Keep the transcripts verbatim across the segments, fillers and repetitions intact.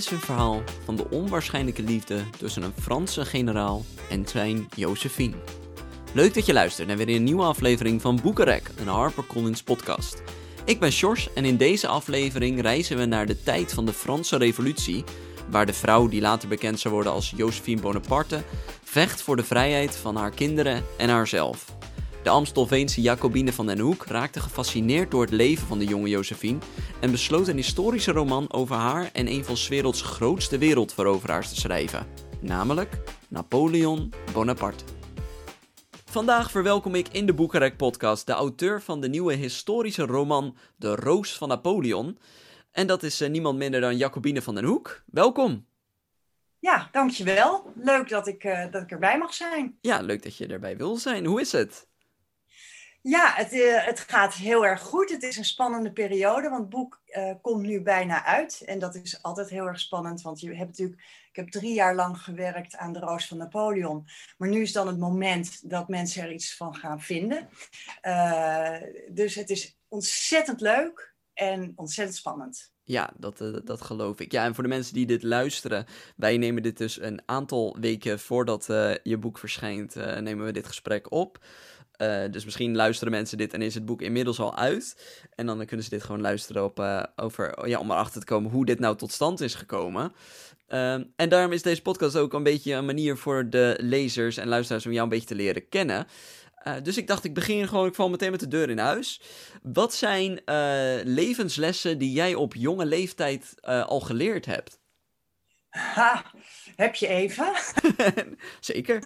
is een verhaal van de onwaarschijnlijke liefde tussen een Franse generaal en zijn Josephine. Leuk dat je luistert naar weer een nieuwe aflevering van Boekenrek, een HarperCollins podcast. Ik ben Sjors en in deze aflevering reizen we naar de tijd van de Franse Revolutie, waar de vrouw die later bekend zou worden als Josephine Bonaparte vecht voor de vrijheid van haar kinderen en haarzelf. De Amstelveense Jacobine van den Hoek raakte gefascineerd door het leven van de jonge Josephine en besloot een historische roman over haar en een van 's werelds grootste wereldveroveraars te schrijven, namelijk Napoleon Bonaparte. Vandaag verwelkom ik in de Boekenrek podcast de auteur van de nieuwe historische roman De Roos van Napoleon. En dat is uh, niemand minder dan Jacobine van den Hoek. Welkom! Ja, dankjewel. Leuk dat ik, uh, dat ik erbij mag zijn. Ja, leuk dat je erbij wil zijn. Hoe is het? Ja, het, uh, het gaat heel erg goed. Het is een spannende periode, want het boek uh, komt nu bijna uit. En dat is altijd heel erg spannend, want je hebt natuurlijk, ik heb drie jaar lang gewerkt aan De Roos van Napoleon. Maar nu is dan het moment dat mensen er iets van gaan vinden. Uh, dus het is ontzettend leuk en ontzettend spannend. Ja, dat, uh, dat geloof ik. Ja, en voor de mensen die dit luisteren, wij nemen dit dus een aantal weken voordat uh, je boek verschijnt, uh, nemen we dit gesprek op. Uh, dus misschien luisteren mensen dit en is het boek inmiddels al uit. En dan kunnen ze dit gewoon luisteren op, uh, over, ja, om erachter te komen hoe dit nou tot stand is gekomen. Uh, en daarom is deze podcast ook een beetje een manier voor de lezers en luisteraars om jou een beetje te leren kennen. Uh, dus ik dacht, ik begin gewoon, ik val meteen met de deur in huis. Wat zijn uh, levenslessen die jij op jonge leeftijd uh, al geleerd hebt? Ha, heb je even? Zeker.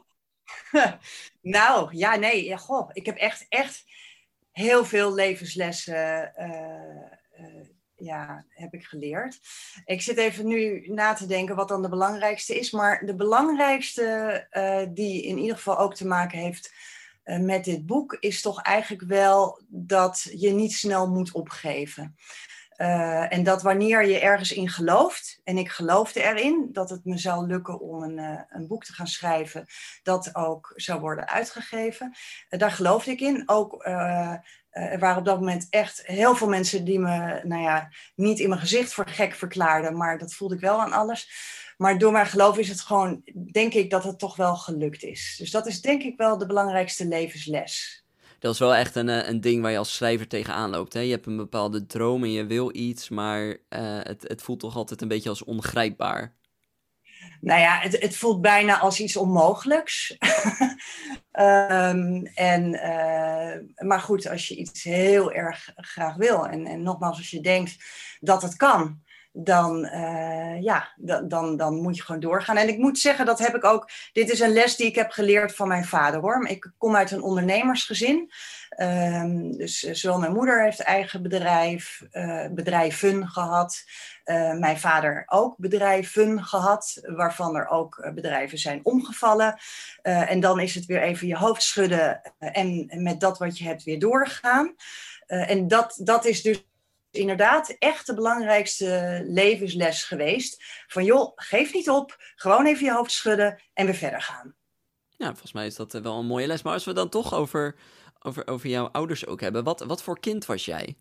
Nou, ja, nee, ja, goh, ik heb echt, echt heel veel levenslessen uh, uh, ja, heb ik geleerd. Ik zit even nu na te denken wat dan de belangrijkste is, maar de belangrijkste uh, die in ieder geval ook te maken heeft uh, met dit boek is toch eigenlijk wel dat je niet snel moet opgeven. Uh, en dat wanneer je ergens in gelooft, en ik geloofde erin dat het me zou lukken om een, uh, een boek te gaan schrijven dat ook zou worden uitgegeven. Uh, daar geloofde ik in. Ook uh, uh, er waren op dat moment echt heel veel mensen die me nou ja, niet in mijn gezicht voor gek verklaarden, maar dat voelde ik wel aan alles. Maar door mijn geloof is het gewoon, denk ik, dat het toch wel gelukt is. Dus dat is denk ik wel de belangrijkste levensles. Dat is wel echt een, een ding waar je als schrijver tegenaan loopt. Hè? Je hebt een bepaalde droom en je wil iets, maar uh, het, het voelt toch altijd een beetje als ongrijpbaar. Nou ja, het, het voelt bijna als iets onmogelijks. um, en, uh, maar goed, als je iets heel erg graag wil en, en nogmaals, als je denkt dat het kan, dan, uh, ja, d- dan, dan moet je gewoon doorgaan. En ik moet zeggen, dat heb ik ook, dit is een les die ik heb geleerd van mijn vader, hoor. Ik kom uit een ondernemersgezin. Um, dus zowel mijn moeder heeft eigen bedrijf, uh, bedrijven gehad. Uh, mijn vader ook bedrijven gehad, waarvan er ook uh, bedrijven zijn omgevallen. Uh, en dan is het weer even je hoofd schudden uh, en, en met dat wat je hebt weer doorgaan. Uh, en dat, dat is dus inderdaad echt de belangrijkste levensles geweest. Van joh, geef niet op, gewoon even je hoofd schudden en weer verder gaan. Ja, volgens mij is dat wel een mooie les. Maar als we dan toch over, over, over jouw ouders ook hebben, wat, wat voor kind was jij?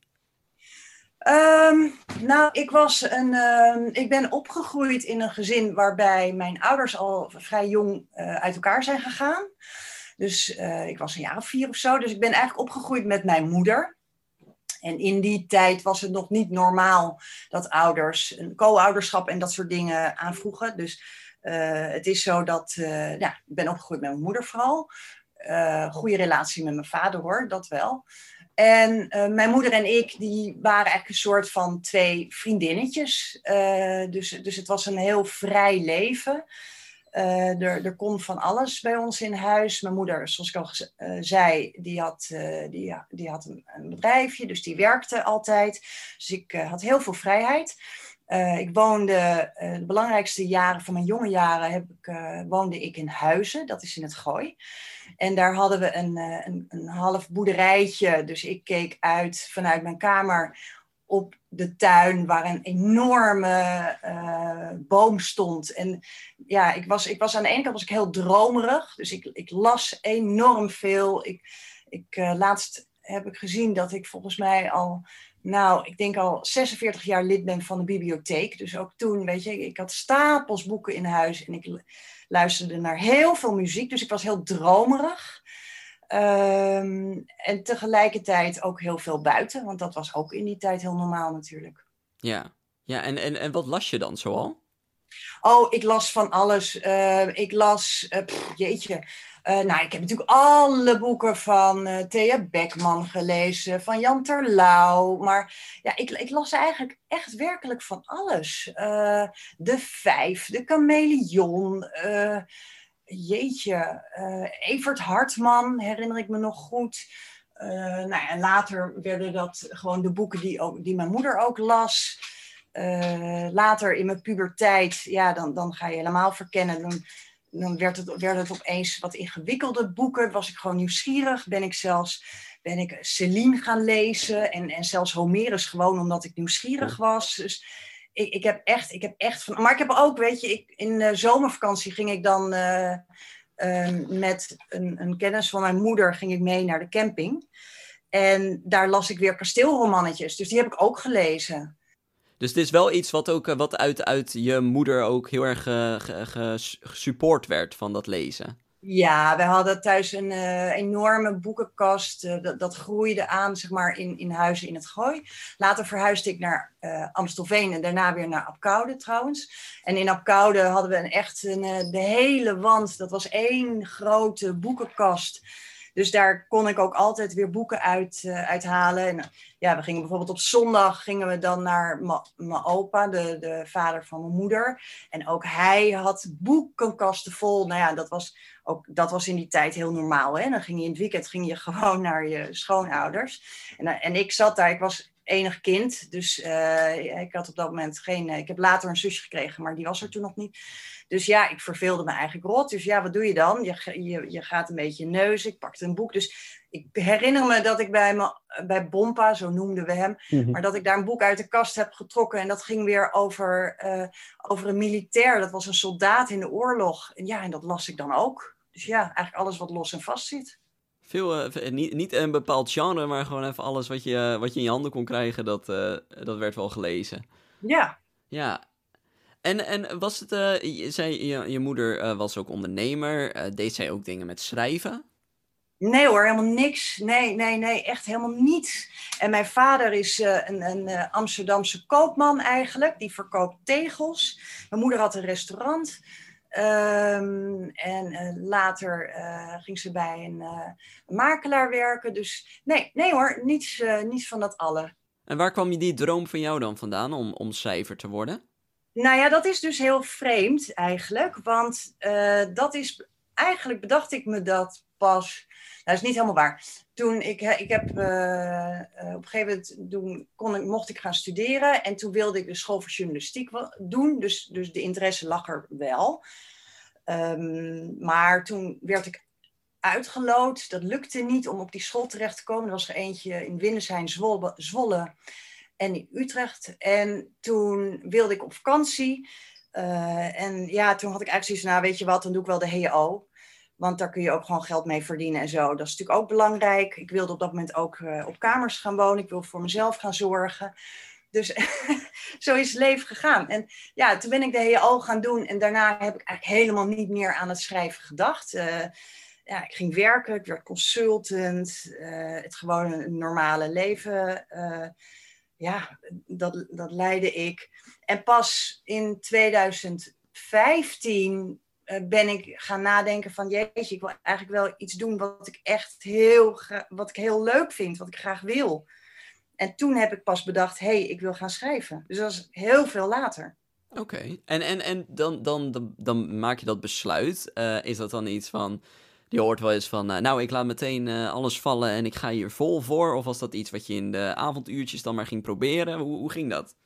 Um, nou, ik, was een, uh, ik ben opgegroeid in een gezin waarbij mijn ouders al vrij jong uh, uit elkaar zijn gegaan. Dus uh, ik was een jaar of vier of zo. Dus ik ben eigenlijk opgegroeid met mijn moeder. En in die tijd was het nog niet normaal dat ouders een co-ouderschap en dat soort dingen aanvroegen. Dus uh, het is zo dat, uh, ja, ik ben opgegroeid met mijn moeder vooral. Uh, goede relatie met mijn vader, hoor, dat wel. En uh, mijn moeder en ik, die waren eigenlijk een soort van twee vriendinnetjes. Uh, dus, dus het was een heel vrij leven. Uh, er, er kon van alles bij ons in huis. Mijn moeder, zoals ik al uh, zei, die had, uh, die, die had een, een bedrijfje, dus die werkte altijd. Dus ik uh, had heel veel vrijheid. Uh, ik woonde, uh, de belangrijkste jaren van mijn jonge jaren heb ik, uh, woonde ik in Huizen, dat is in het Gooi. En daar hadden we een, uh, een, een half boerderijtje, dus ik keek uit vanuit mijn kamer op de tuin waar een enorme uh, boom stond. En ja, ik was, ik was aan de ene kant was ik heel dromerig, dus ik, ik las enorm veel. Ik, ik, uh, laatst heb ik gezien dat ik volgens mij al nou, ik denk al zesenveertig jaar lid ben van de bibliotheek. Dus ook toen, weet je, ik had stapels boeken in huis en ik luisterde naar heel veel muziek. Dus ik was heel dromerig. Um, en tegelijkertijd ook heel veel buiten, want dat was ook in die tijd heel normaal natuurlijk. Ja, ja en, en, en wat las je dan zoal? Oh, ik las van alles. Uh, ik las, uh, pff, jeetje... Uh, nou, ik heb natuurlijk alle boeken van uh, Thea Beckman gelezen, van Jan Terlouw. Maar ja, ik, ik las eigenlijk echt werkelijk van alles. Uh, de Vijf, de Chameleon, uh, jeetje, uh, Evert Hartman herinner ik me nog goed. Uh, nou ja, en later werden dat gewoon de boeken die, ook, die mijn moeder ook las. Uh, later in mijn puberteit, ja, dan, dan ga je helemaal verkennen. Dan, Dan werd het, werd het opeens wat ingewikkelde boeken. Was ik gewoon nieuwsgierig. Ben ik zelfs ben ik Celine gaan lezen. En, en zelfs Homerus gewoon omdat ik nieuwsgierig was. Dus ik, ik heb echt, ik heb echt van. Maar ik heb ook, weet je, ik, in de zomervakantie ging ik dan uh, uh, met een, een kennis van mijn moeder ging ik mee naar de camping. En daar las ik weer kasteelromannetjes. Dus die heb ik ook gelezen. Dus het is wel iets wat ook wat uit, uit je moeder ook heel erg gesupport werd van dat lezen. Ja, we hadden thuis een uh, enorme boekenkast. Uh, dat, dat groeide aan, zeg maar, in, in Huizen in het Gooi. Later verhuisde ik naar uh, Amstelveen en daarna weer naar Apkoude trouwens. En in Apkoude hadden we een echt een, uh, de hele wand. Dat was één grote boekenkast. Dus daar kon ik ook altijd weer boeken uit, uh, uithalen. En, ja, we gingen bijvoorbeeld op zondag gingen we dan naar mijn opa, de, de vader van mijn moeder. En ook hij had boekenkasten vol. Nou ja, dat was, ook, dat was in die tijd heel normaal. Hè? Dan ging je in het weekend ging je gewoon naar je schoonouders. En, en ik zat daar, ik was enig kind. Dus uh, ik had op dat moment geen... Ik heb later een zusje gekregen, maar die was er toen nog niet. Dus ja, ik verveelde me eigenlijk rot. Dus ja, wat doe je dan? Je, je, je gaat een beetje neuzen. Ik pakte een boek. Dus ik herinner me dat ik bij, me, bij Bompa, zo noemden we hem, mm-hmm. maar dat ik daar een boek uit de kast heb getrokken. En dat ging weer over, uh, over een militair. Dat was een soldaat in de oorlog. En ja, en dat las ik dan ook. Dus ja, eigenlijk alles wat los en vast zit. Veel, uh, niet, niet een bepaald genre, maar gewoon even alles wat je, wat je in je handen kon krijgen, dat, uh, dat werd wel gelezen. Ja. Ja. En, en was het, uh, je, zei, je, je moeder uh, was ook ondernemer, uh, deed zij ook dingen met schrijven? Nee hoor, helemaal niks. Nee, nee, nee, echt helemaal niets. En mijn vader is uh, een, een uh, Amsterdamse koopman eigenlijk, die verkoopt tegels. Mijn moeder had een restaurant. Um, en uh, later uh, ging ze bij een, uh, een makelaar werken. Dus nee, nee hoor, niets, uh, niets van dat alle. En waar kwam je die droom van jou dan vandaan om, om schrijver te worden? Nou ja, dat is dus heel vreemd eigenlijk. Want uh, dat is, eigenlijk bedacht ik me dat pas... Nou, dat is niet helemaal waar. Toen ik, ik heb uh, uh, op een gegeven moment doen, kon ik, mocht ik gaan studeren. En toen wilde ik de school voor journalistiek doen. Dus, dus de interesse lag er wel. Um, maar toen werd ik uitgeloot. Dat lukte niet om op die school terecht te komen. Er was er eentje in Winnesheim, Zwolle, Zwolle en in Utrecht. En toen wilde ik op vakantie. Uh, en ja, toen had ik eigenlijk zoiets van, nou weet je wat, dan doe ik wel de H E O. Want daar kun je ook gewoon geld mee verdienen en zo. Dat is natuurlijk ook belangrijk. Ik wilde op dat moment ook uh, op kamers gaan wonen. Ik wilde voor mezelf gaan zorgen. Dus zo is het leven gegaan. En ja, toen ben ik de H E O gaan doen. En daarna heb ik eigenlijk helemaal niet meer aan het schrijven gedacht. Uh, ja, ik ging werken, ik werd consultant. Uh, het gewoon een normale leven. Uh, ja, dat, dat leidde ik. En pas in twintig vijftien... ben ik gaan nadenken van jeetje, ik wil eigenlijk wel iets doen wat ik echt heel, wat ik heel leuk vind, wat ik graag wil. En toen heb ik pas bedacht, hé, hey, ik wil gaan schrijven. Dus dat is heel veel later. Oké, okay. en, en, en dan, dan, dan, dan maak je dat besluit. Uh, is dat dan iets van, je hoort wel eens van, uh, nou, ik laat meteen uh, alles vallen en ik ga hier vol voor? Of was dat iets wat je in de avonduurtjes dan maar ging proberen? Hoe, hoe ging dat?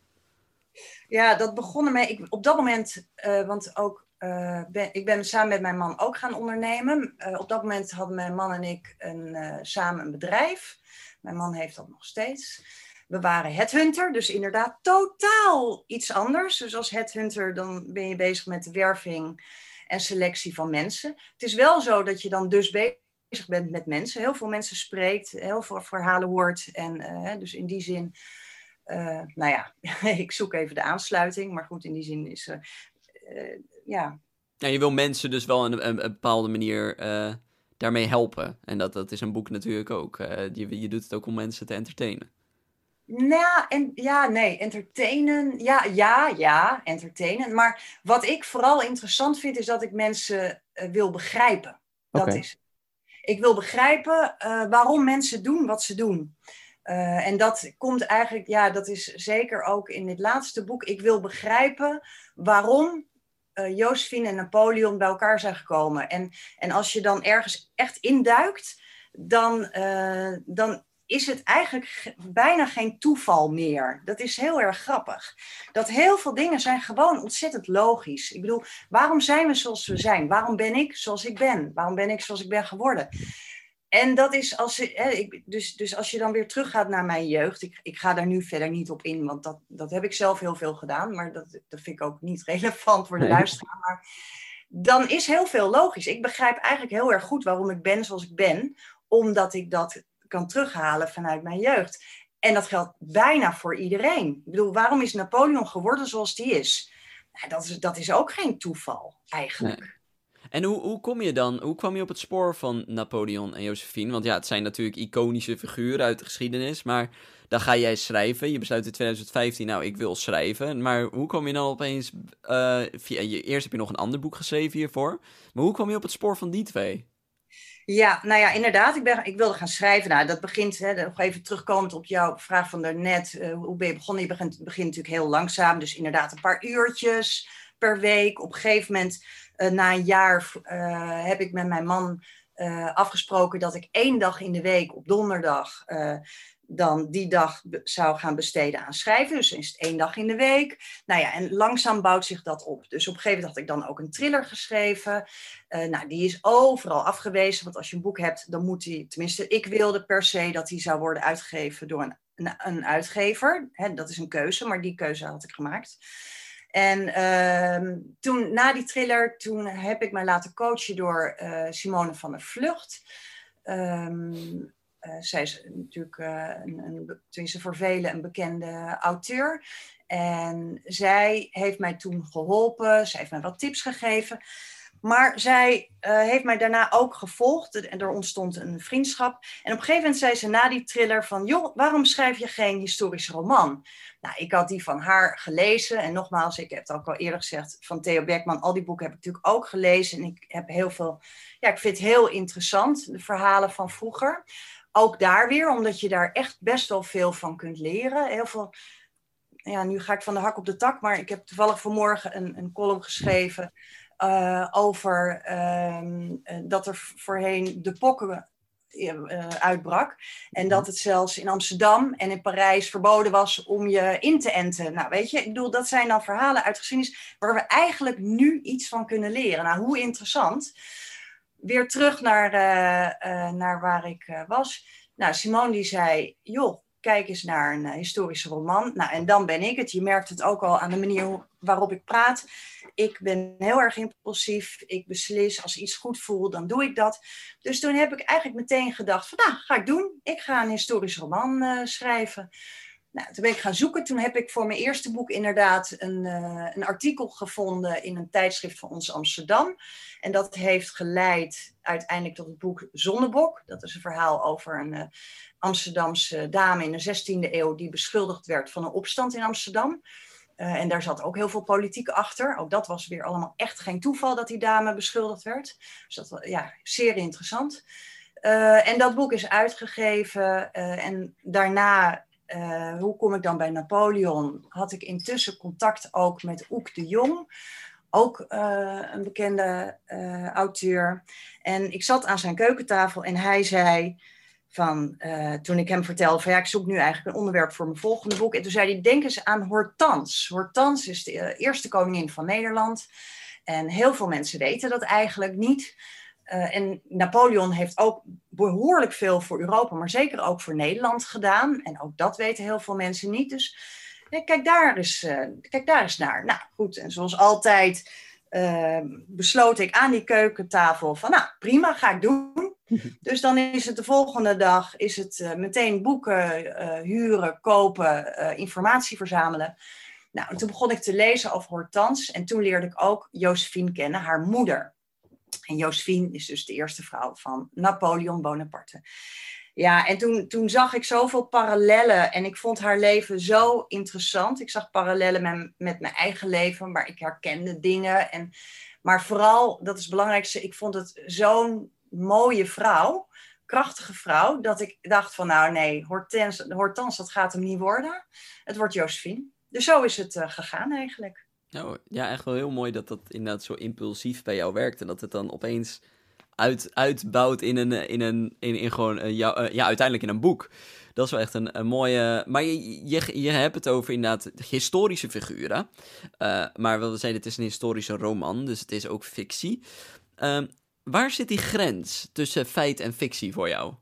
Ja, dat begon ermee, ik, op dat moment, uh, want ook, Uh, ben, ik ben samen met mijn man ook gaan ondernemen. Uh, op dat moment hadden mijn man en ik een, uh, samen een bedrijf. Mijn man heeft dat nog steeds. We waren headhunter, dus inderdaad totaal iets anders. Dus als headhunter dan ben je bezig met de werving en selectie van mensen. Het is wel zo dat je dan dus bezig bent met mensen, heel veel mensen spreekt, heel veel verhalen hoort. En uh, dus in die zin, uh, nou ja, ik zoek even de aansluiting. Maar goed, in die zin is, uh, uh, ja... Ja, je wil mensen dus wel in een, een, een bepaalde manier uh, daarmee helpen. En dat, dat is een boek natuurlijk ook. Uh, je, je doet het ook om mensen te entertainen. Nou, en, ja, nee, entertainen, ja, ja, ja, entertainen. Maar wat ik vooral interessant vind, is dat ik mensen uh, wil begrijpen. Dat Okay. is, ik wil begrijpen uh, waarom mensen doen wat ze doen. Uh, en dat komt eigenlijk, ja, dat is zeker ook in dit laatste boek. Ik wil begrijpen waarom uh, Josephine en Napoleon bij elkaar zijn gekomen. En, en als je dan ergens echt induikt, dan... Uh, dan is het eigenlijk bijna geen toeval meer. Dat is heel erg grappig. Dat heel veel dingen zijn gewoon ontzettend logisch. Ik bedoel, waarom zijn we zoals we zijn? Waarom ben ik zoals ik ben? Waarom ben ik zoals ik ben geworden? En dat is als je, hè, ik, dus, dus als je dan weer teruggaat naar mijn jeugd. Ik, ik ga daar nu verder niet op in, want dat, dat heb ik zelf heel veel gedaan. Maar dat, dat vind ik ook niet relevant voor de nee. luisteraar. Maar dan is heel veel logisch. Ik begrijp eigenlijk heel erg goed waarom ik ben zoals ik ben. Omdat ik dat kan terughalen vanuit mijn jeugd. En dat geldt bijna voor iedereen. Ik bedoel, waarom is Napoleon geworden zoals die is? Nou, dat is, dat is ook geen toeval, eigenlijk. Nee. En hoe, hoe kom je dan, hoe kwam je op het spoor van Napoleon en Josephine? Want ja, het zijn natuurlijk iconische figuren uit de geschiedenis, maar dan ga jij schrijven. Je besluit in twintig vijftien, nou, ik wil schrijven. Maar hoe kwam je dan opeens, uh, via, je, eerst heb je nog een ander boek geschreven hiervoor, maar hoe kwam je op het spoor van die twee? Ja, nou ja, inderdaad. Ik, ben, ik wilde gaan schrijven. Nou, dat begint, hè, nog even terugkomend op jouw vraag van daarnet. Uh, hoe ben je begonnen? Je begint, begint natuurlijk heel langzaam. Dus inderdaad een paar uurtjes per week. Op een gegeven moment, uh, na een jaar, uh, heb ik met mijn man uh, afgesproken dat ik één dag in de week, op donderdag, uh, dan die dag be- zou gaan besteden aan schrijven. Dus is het één dag in de week. Nou ja, en langzaam bouwt zich dat op. Dus op een gegeven moment had ik dan ook een thriller geschreven. Uh, nou, die is overal afgewezen. Want als je een boek hebt, dan moet die... Tenminste, ik wilde per se dat die zou worden uitgegeven door een, een, een uitgever. Hè, dat is een keuze, maar die keuze had ik gemaakt. En uh, toen, na die thriller, toen heb ik mij laten coachen door uh, Simone van der Vlugt. Um, Uh, zij is natuurlijk uh, een, een, tenminste voor velen een bekende auteur. En zij heeft mij toen geholpen. Zij heeft mij wat tips gegeven. Maar zij uh, heeft mij daarna ook gevolgd. En er ontstond een vriendschap. En op een gegeven moment zei ze na die thriller van... joh, waarom schrijf je geen historische roman? Nou, ik had die van haar gelezen. En nogmaals, ik heb het ook al eerder gezegd... van Theo Beckman, al die boeken heb ik natuurlijk ook gelezen. En ik heb heel veel... Ja, ik vind het heel interessant. De verhalen van vroeger. Ook daar weer, omdat je daar echt best wel veel van kunt leren. Heel veel, ja, nu ga ik van de hak op de tak, maar ik heb toevallig vanmorgen een, een column geschreven uh, over um, uh, dat er voorheen de pokken uh, uitbrak. En dat het zelfs in Amsterdam en in Parijs verboden was om je in te enten. Nou, weet je, ik bedoel, dat zijn dan verhalen uit geschiedenis waar we eigenlijk nu iets van kunnen leren. Nou, hoe interessant. Weer terug naar, uh, uh, naar waar ik uh, was. Nou, Simone die zei, joh, kijk eens naar een uh, historische roman. Nou, en dan ben ik het. Je merkt het ook al aan de manier hoe, waarop ik praat. Ik ben heel erg impulsief. Ik beslis, als iets goed voel, dan doe ik dat. Dus toen heb ik eigenlijk meteen gedacht van, nou, ga ik doen. Ik ga een historische roman uh, schrijven. Nou, toen ben ik gaan zoeken. Toen heb ik voor mijn eerste boek inderdaad een, uh, een artikel gevonden in een tijdschrift van ons Amsterdam. En dat heeft geleid uiteindelijk tot het boek Zonnebok. Dat is een verhaal over een uh, Amsterdamse dame in de zestiende eeuw die beschuldigd werd van een opstand in Amsterdam. Uh, en daar zat ook heel veel politiek achter. Ook dat was weer allemaal echt geen toeval dat die dame beschuldigd werd. Dus dat was ja, zeer interessant. Uh, en dat boek is uitgegeven uh, en daarna... Uh, hoe kom ik dan bij Napoleon? Had ik intussen contact ook met Oek de Jong, ook uh, een bekende uh, auteur. En ik zat aan zijn keukentafel en hij zei van, uh, toen ik hem vertelde van ja, ik zoek nu eigenlijk een onderwerp voor mijn volgende boek. En toen zei hij, denk eens aan Hortense. Hortense is de uh, eerste koningin van Nederland. En heel veel mensen weten dat eigenlijk niet. Uh, en Napoleon heeft ook behoorlijk veel voor Europa, maar zeker ook voor Nederland gedaan. En ook dat weten heel veel mensen niet. Dus ja, kijk, daar eens, uh, kijk daar eens naar. Nou goed, en zoals altijd uh, besloot ik aan die keukentafel van, nou prima, ga ik doen. Dus dan is het de volgende dag is het uh, meteen boeken, uh, huren, kopen, uh, informatie verzamelen. Nou, en toen begon ik te lezen over Hortense en toen leerde ik ook Josephine kennen, haar moeder. En Josephine is dus de eerste vrouw van Napoleon Bonaparte. Ja, en toen, toen zag ik zoveel parallellen en ik vond haar leven zo interessant. Ik zag parallellen met, met mijn eigen leven, maar ik herkende dingen. En, maar vooral, dat is het belangrijkste, ik vond het zo'n mooie vrouw, krachtige vrouw, dat ik dacht van nou nee, Hortense, Hortense dat gaat hem niet worden. Het wordt Josephine. Dus zo is het uh, gegaan eigenlijk. Nou, ja, echt wel heel mooi dat dat inderdaad zo impulsief bij jou werkt. En dat het dan opeens uit, uitbouwt in een, in een, in, in gewoon, uh, jou, uh, ja, uiteindelijk in een boek. Dat is wel echt een, een mooie, maar je, je, je hebt het over inderdaad historische figuren. Uh, maar wat we zeiden, het is een historische roman, dus het is ook fictie. Uh, waar zit die grens tussen feit en fictie voor jou?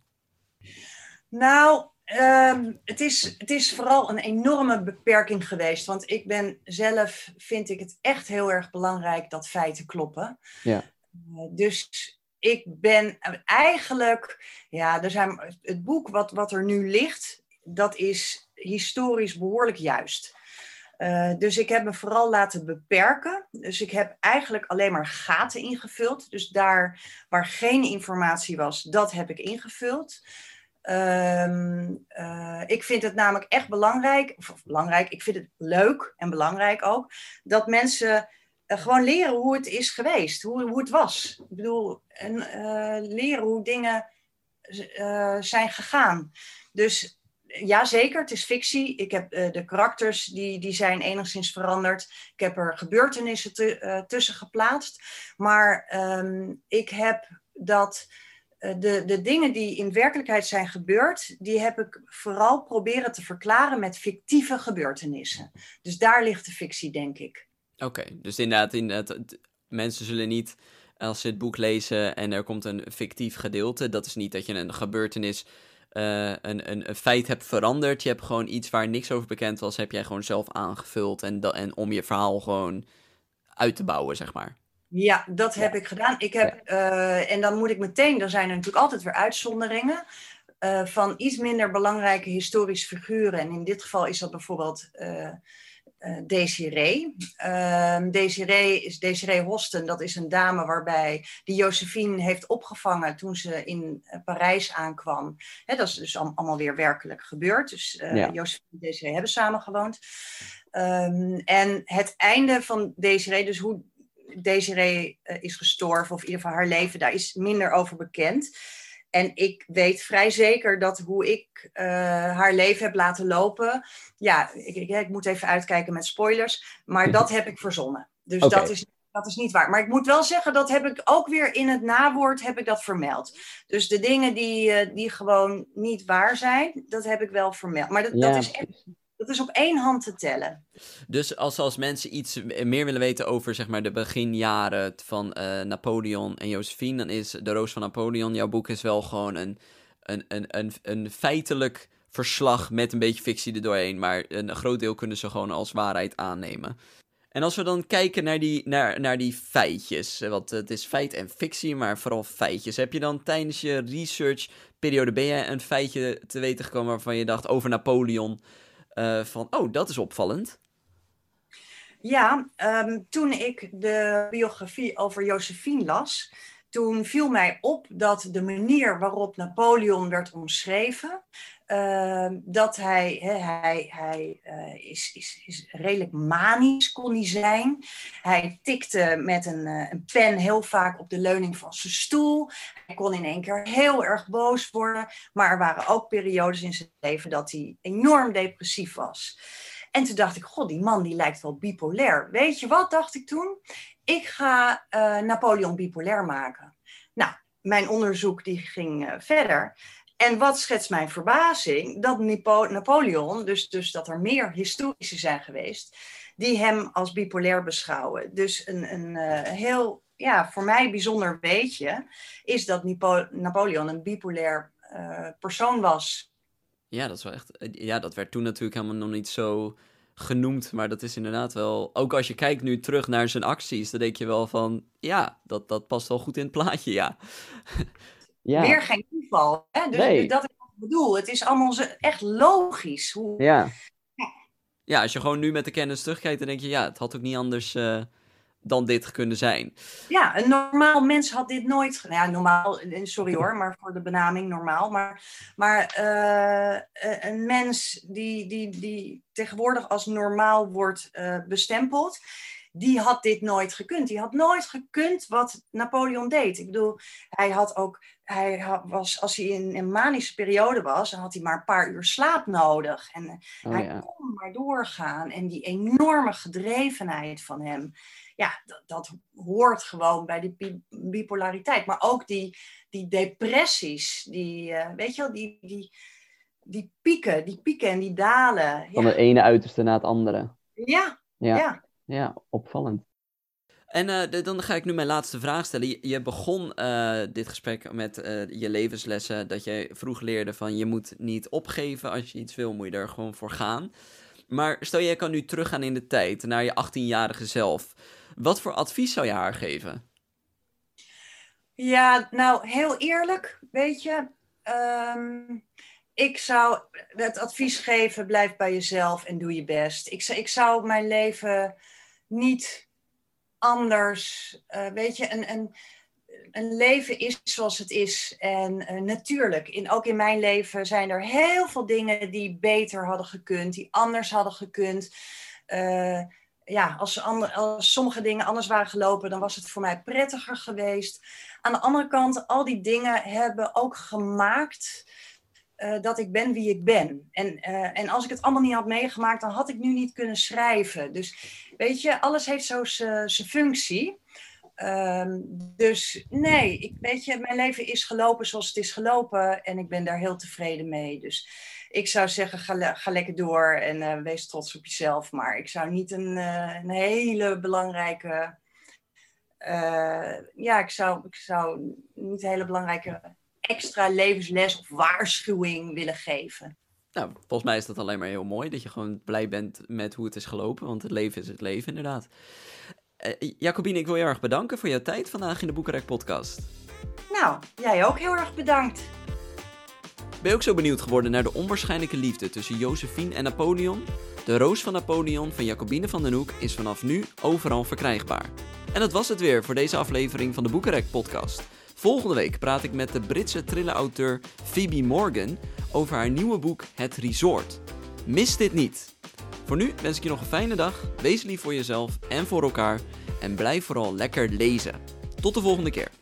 Nou, Um, het, is, het is vooral een enorme beperking geweest. Want ik ben zelf, vind ik het echt heel erg belangrijk dat feiten kloppen. Ja. Uh, dus ik ben eigenlijk, ja, er zijn, het boek wat, wat er nu ligt, dat is historisch behoorlijk juist. Uh, dus ik heb me vooral laten beperken. Dus ik heb eigenlijk alleen maar gaten ingevuld. Dus daar waar geen informatie was, dat heb ik ingevuld. Um, uh, ik vind het namelijk echt belangrijk, of, of belangrijk, ik vind het leuk en belangrijk ook, dat mensen uh, gewoon leren hoe het is geweest, hoe, hoe het was. Ik bedoel, en, uh, leren hoe dingen uh, zijn gegaan. Dus ja, zeker, het is fictie. Ik heb uh, de karakters, die, die zijn enigszins veranderd. Ik heb er gebeurtenissen te, uh, tussen geplaatst. Maar um, ik heb dat... De, de dingen die in werkelijkheid zijn gebeurd, die heb ik vooral proberen te verklaren met fictieve gebeurtenissen. Dus daar ligt de fictie, denk ik. Oké, okay, dus inderdaad, inderdaad, mensen zullen niet, als ze het boek lezen en er komt een fictief gedeelte, dat is niet dat je een gebeurtenis, uh, een, een, een feit hebt veranderd. Je hebt gewoon iets waar niks over bekend was, heb jij gewoon zelf aangevuld en, da- en om je verhaal gewoon uit te bouwen, zeg maar. Ja, dat heb ja. ik gedaan. Ik heb, uh, en dan moet ik meteen, er zijn er natuurlijk altijd weer uitzonderingen uh, van iets minder belangrijke historische figuren. En in dit geval is dat bijvoorbeeld uh, uh, Desiree. Uh, Desiree is Desiree Hosten, dat is een dame waarbij die Josephine heeft opgevangen toen ze in uh, Parijs aankwam. Hè, dat is dus al, allemaal weer werkelijk gebeurd. Dus uh, ja. Josephine en Desiree hebben samen gewoond. Um, en het einde van Desiree, dus hoe Desiree uh, is gestorven, of in ieder geval haar leven, daar is minder over bekend. En ik weet vrij zeker dat hoe ik uh, haar leven heb laten lopen, ja, ik, ik, ik moet even uitkijken met spoilers, maar dat heb ik verzonnen. Dus okay. dat, is, dat is niet waar. Maar ik moet wel zeggen, dat heb ik ook weer in het nawoord heb ik dat vermeld. Dus de dingen die, uh, die gewoon niet waar zijn, dat heb ik wel vermeld. Maar dat, ja. dat is echt... Dat is op één hand te tellen. Dus als, als mensen iets meer willen weten over zeg maar, de beginjaren van uh, Napoleon en Josephine, dan is De Roos van Napoleon, jouw boek is wel gewoon een, een, een, een, een feitelijk verslag met een beetje fictie erdoorheen. Maar een groot deel kunnen ze gewoon als waarheid aannemen. En als we dan kijken naar die, naar, naar die feitjes, want het is feit en fictie, maar vooral feitjes. Heb je dan tijdens je researchperiode, ben jij een feitje te weten gekomen waarvan je dacht over Napoleon... Uh, van, oh, dat is opvallend. Ja, um, toen ik de biografie over Josephine las, toen viel mij op dat de manier waarop Napoleon werd omschreven, uh, dat hij, he, hij, hij uh, is, is, is redelijk manisch kon hij zijn. Hij tikte met een, uh, een pen heel vaak op de leuning van zijn stoel. Hij kon in één keer heel erg boos worden. Maar er waren ook periodes in zijn leven dat hij enorm depressief was. En toen dacht ik, god, die man die lijkt wel bipolair. Weet je wat, dacht ik toen? Ik ga uh, Napoleon bipolair maken. Nou, mijn onderzoek die ging uh, verder. En wat schetst mijn verbazing? Dat Napo- Napoleon, dus, dus dat er meer historici zijn geweest, die hem als bipolair beschouwen. Dus een, een uh, heel, ja, voor mij bijzonder weetje is dat Nipo- Napoleon een bipolair uh, persoon was. Ja, dat is wel echt. Ja, dat werd toen natuurlijk helemaal nog niet zo genoemd, maar dat is inderdaad wel. Ook als je kijkt nu terug naar zijn acties, dan denk je wel van, ja, dat, dat past wel goed in het plaatje, ja. Ja. Weer geen toeval. Hè? Dus, Nee. dus dat is wat ik bedoel. Het is allemaal zo echt logisch. Hoe... Ja. Ja, als je gewoon nu met de kennis terugkijkt, dan denk je, ja, het had ook niet anders uh, dan dit kunnen zijn. Ja, een normaal mens had dit nooit... Nou ja, normaal, sorry hoor, maar voor de benaming normaal. Maar, maar uh, een mens die, die, die tegenwoordig als normaal wordt uh, bestempeld, die had dit nooit gekund. Die had nooit gekund wat Napoleon deed. Ik bedoel, hij had ook... Hij was, als hij in een manische periode was, dan had hij maar een paar uur slaap nodig. En oh, hij ja. kon maar doorgaan. En die enorme gedrevenheid van hem, ja, dat, dat hoort gewoon bij die bipolariteit. Maar ook die, die depressies, die, uh, weet je wel, die, die, die pieken, die pieken en die dalen. Van ja. het ene uiterste naar het andere. Ja, ja. Ja, ja opvallend. En uh, de, dan ga ik nu mijn laatste vraag stellen. Je, je begon uh, dit gesprek met uh, je levenslessen, dat je vroeg leerde van je moet niet opgeven. Als je iets wil, moet je er gewoon voor gaan. Maar stel jij kan nu teruggaan in de tijd, naar je achttienjarige zelf. Wat voor advies zou je haar geven? Ja, nou, heel eerlijk, weet je. Um, ik zou het advies geven, blijf bij jezelf en doe je best. Ik, ik zou mijn leven niet... anders, uh, weet je, een, een, een leven is zoals het is. En uh, natuurlijk, in, ook in mijn leven zijn er heel veel dingen die beter hadden gekund, die anders hadden gekund. Uh, ja, als, ander, als sommige dingen anders waren gelopen, dan was het voor mij prettiger geweest. Aan de andere kant, al die dingen hebben ook gemaakt uh, dat ik ben wie ik ben. En, uh, en als ik het allemaal niet had meegemaakt, dan had ik nu niet kunnen schrijven. Dus weet je, alles heeft zo zijn functie. Um, dus nee, ik, weet je, mijn leven is gelopen zoals het is gelopen. En ik ben daar heel tevreden mee. Dus ik zou zeggen, ga, ga lekker door en uh, wees trots op jezelf. Maar ik zou niet een, uh, een hele belangrijke... Uh, ja, ik zou, ik zou niet een hele belangrijke extra levensles of waarschuwing willen geven. Nou, volgens mij is dat alleen maar heel mooi, dat je gewoon blij bent met hoe het is gelopen, want het leven is het leven inderdaad. Uh, Jacobine, ik wil je erg bedanken voor jouw tijd vandaag in de Boekenrek podcast. Nou, jij ook heel erg bedankt. Ben je ook zo benieuwd geworden naar de onwaarschijnlijke liefde tussen Josephine en Napoleon? De Roos van Napoleon van Jacobine van den Hoek is vanaf nu overal verkrijgbaar. En dat was het weer voor deze aflevering van de Boekenrek podcast. Volgende week praat ik met de Britse thriller-auteur Phoebe Morgan over haar nieuwe boek Het Resort. Mis dit niet! Voor nu wens ik je nog een fijne dag, wees lief voor jezelf en voor elkaar en blijf vooral lekker lezen. Tot de volgende keer.